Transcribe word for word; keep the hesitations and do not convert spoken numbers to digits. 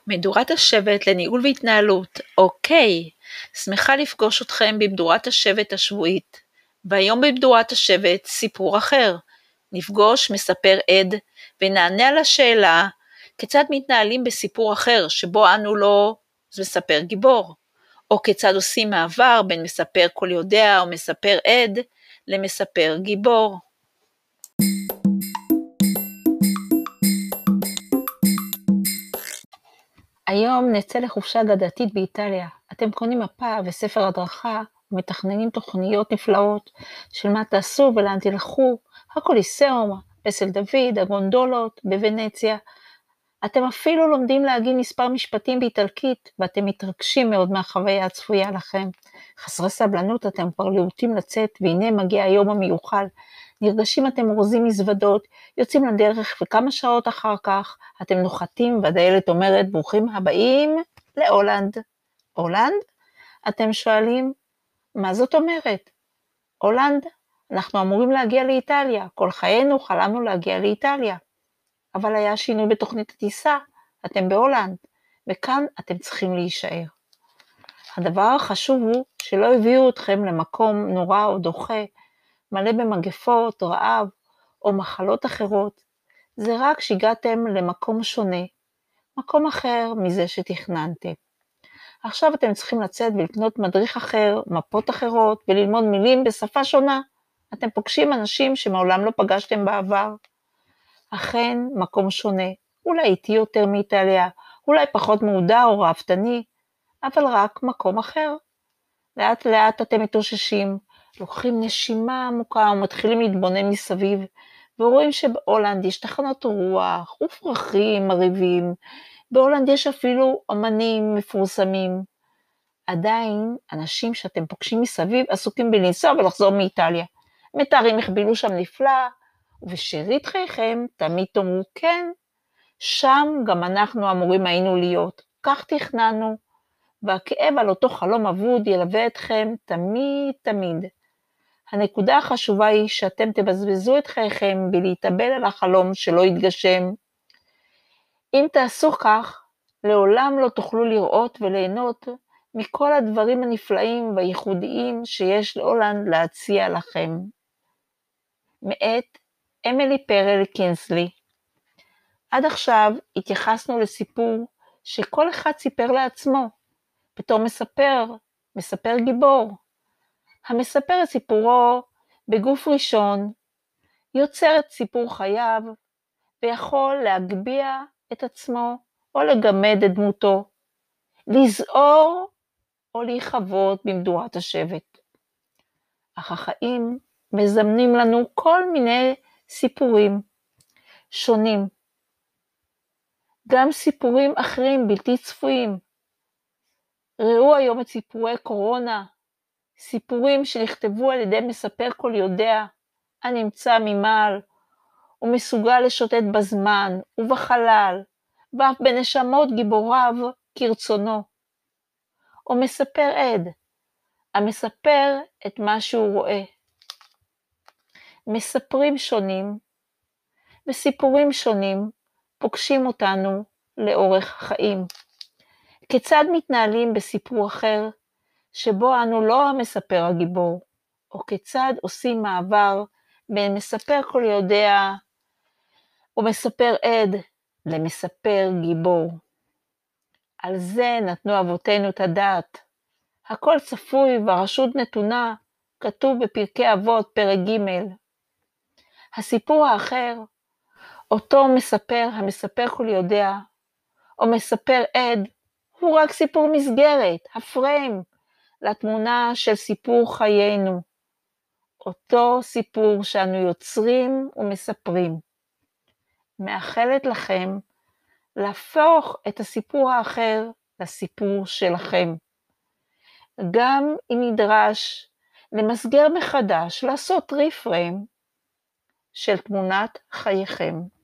מדורת השבט לניהול והתנהלות. אוקיי, שמחה לפגוש אתכם במדורת השבט השבועית. והיום במדורת השבט סיפור אחר. נפגוש מספר עד ונענה על השאלה כיצד מתנהלים בסיפור אחר שבו אנו לא מספר גיבור, או כיצד עושים מעבר בין מספר כל יודע או מספר עד למספר גיבור. היום נצא לחופשה גדתית באיטליה. אתם קונים מפה וספר הדרכה ומתכננים תוכניות נפלאות של מה תעשו ולאן תלכו, הקוליסאום, פסל דוד, הגונדולות בוונציה. אתם אפילו לומדים להגיד מספר משפטים באיטלקית ואתם מתרגשים מאוד מהחוויה הצפויה לכם. חסרי סבלנות אתם כבר להוטים לצאת והנה מגיע היום המיוחל. נרגשים אתם אורזים מזוודות, יוצאים לדרך וכמה שעות אחר כך אתם נוחתים והדיילת אומרת ברוכים הבאים להולנד. הולנד? אתם שואלים, מה זאת אומרת? הולנד? אנחנו אמורים להגיע לאיטליה, כל חיינו חלמנו להגיע לאיטליה. אבל היה שינוי בתוכנית הטיסה, אתם בהולנד, וכאן אתם צריכים להישאר. הדבר החשוב הוא שלא הביאו אתכם למקום נורא או דוחה, מלא במגפות, רעב או מחלות אחרות. זה רק שהגעתם למקום שונה, מקום אחר מזה שתכננתם. עכשיו אתם צריכים לצאת ולקנות מדריך אחר, מפות אחרות וללמוד מילים בשפה שונה. אתם פוגשים אנשים שמעולם לא פגשתם בעבר. אכן מקום שונה, אולי איטי יותר מאיטליה, אולי פחות מעודה או רעבתני, אבל רק מקום אחר. לאט לאט אתם מתאוששים, לוקחים נשימה עמוקה ומתחילים להתבונן מסביב, ורואים שבהולנד יש תחנות רוח ופרחים מרהיבים, בהולנד יש אפילו אמנים מפורסמים. עדיין אנשים שאתם פוגשים מסביב עסוקים בלנסוע ולחזור מאיטליה. מתארים איך בילו שם נפלא, ובשארית חייכם תמיד תאמרו כן, שם גם אנחנו אמורים היינו להיות, כך תכננו, והכאב על אותו חלום אבוד ילווה אתכם תמיד תמיד. הנקודה החשובה היא שאתם תבזבזו את חייכם בלהתאבל על החלום שלא יתגשם. אם תעשו כך, לעולם לא תוכלו לראות וליהנות מכל הדברים הנפלאים והייחודיים שיש להולנד להציע לכם. מאת אמילי פרל קינסלי. עד עכשיו התייחסנו לסיפור שכל אחד סיפר לעצמו, בתור מספר, מספר גיבור. המספר את סיפורו בגוף ראשון, יוצר את סיפור חייו, ויכול להגביה את עצמו או לגמד את דמותו, לזעור או להיחוות במדורת השבט. אך החיים מזמנים לנו כל מיני סיפורים שונים, גם סיפורים אחרים בלתי צפויים. ראו היום את סיפורי קורונה, סיפורים שנכתבו על ידי מספר כל יודע, הנמצא ממעל, ומסוגל לשוטט בזמן ובחלל, ואף בנשמות גיבוריו כרצונו. או מספר עד, המספר את מה שהוא רואה. מספרים שונים וסיפורים שונים פוגשים אותנו לאורך החיים. כיצד מתנהלים בסיפור אחר שבו אנו לא המספר הגיבור, או כיצד עושים מעבר בין מספר כל יודע או מספר עד למספר גיבור. על זה נתנו אבותינו את הדעת. הכל צפוי והרשות נתונה, כתוב בפרקי אבות פרק ג'. הסיפור האחר, אותו מספר המספר כל יודע, או מספר עד, הוא רק סיפור מסגרת, הפריים, לתמונה של סיפור חיינו. אותו סיפור שאנו יוצרים ומספרים. מאחלת לכם להפוך את הסיפור האחר לסיפור שלכם. גם אם נדרש למסגר מחדש, לעשות ריפריים של תמונת חייכם.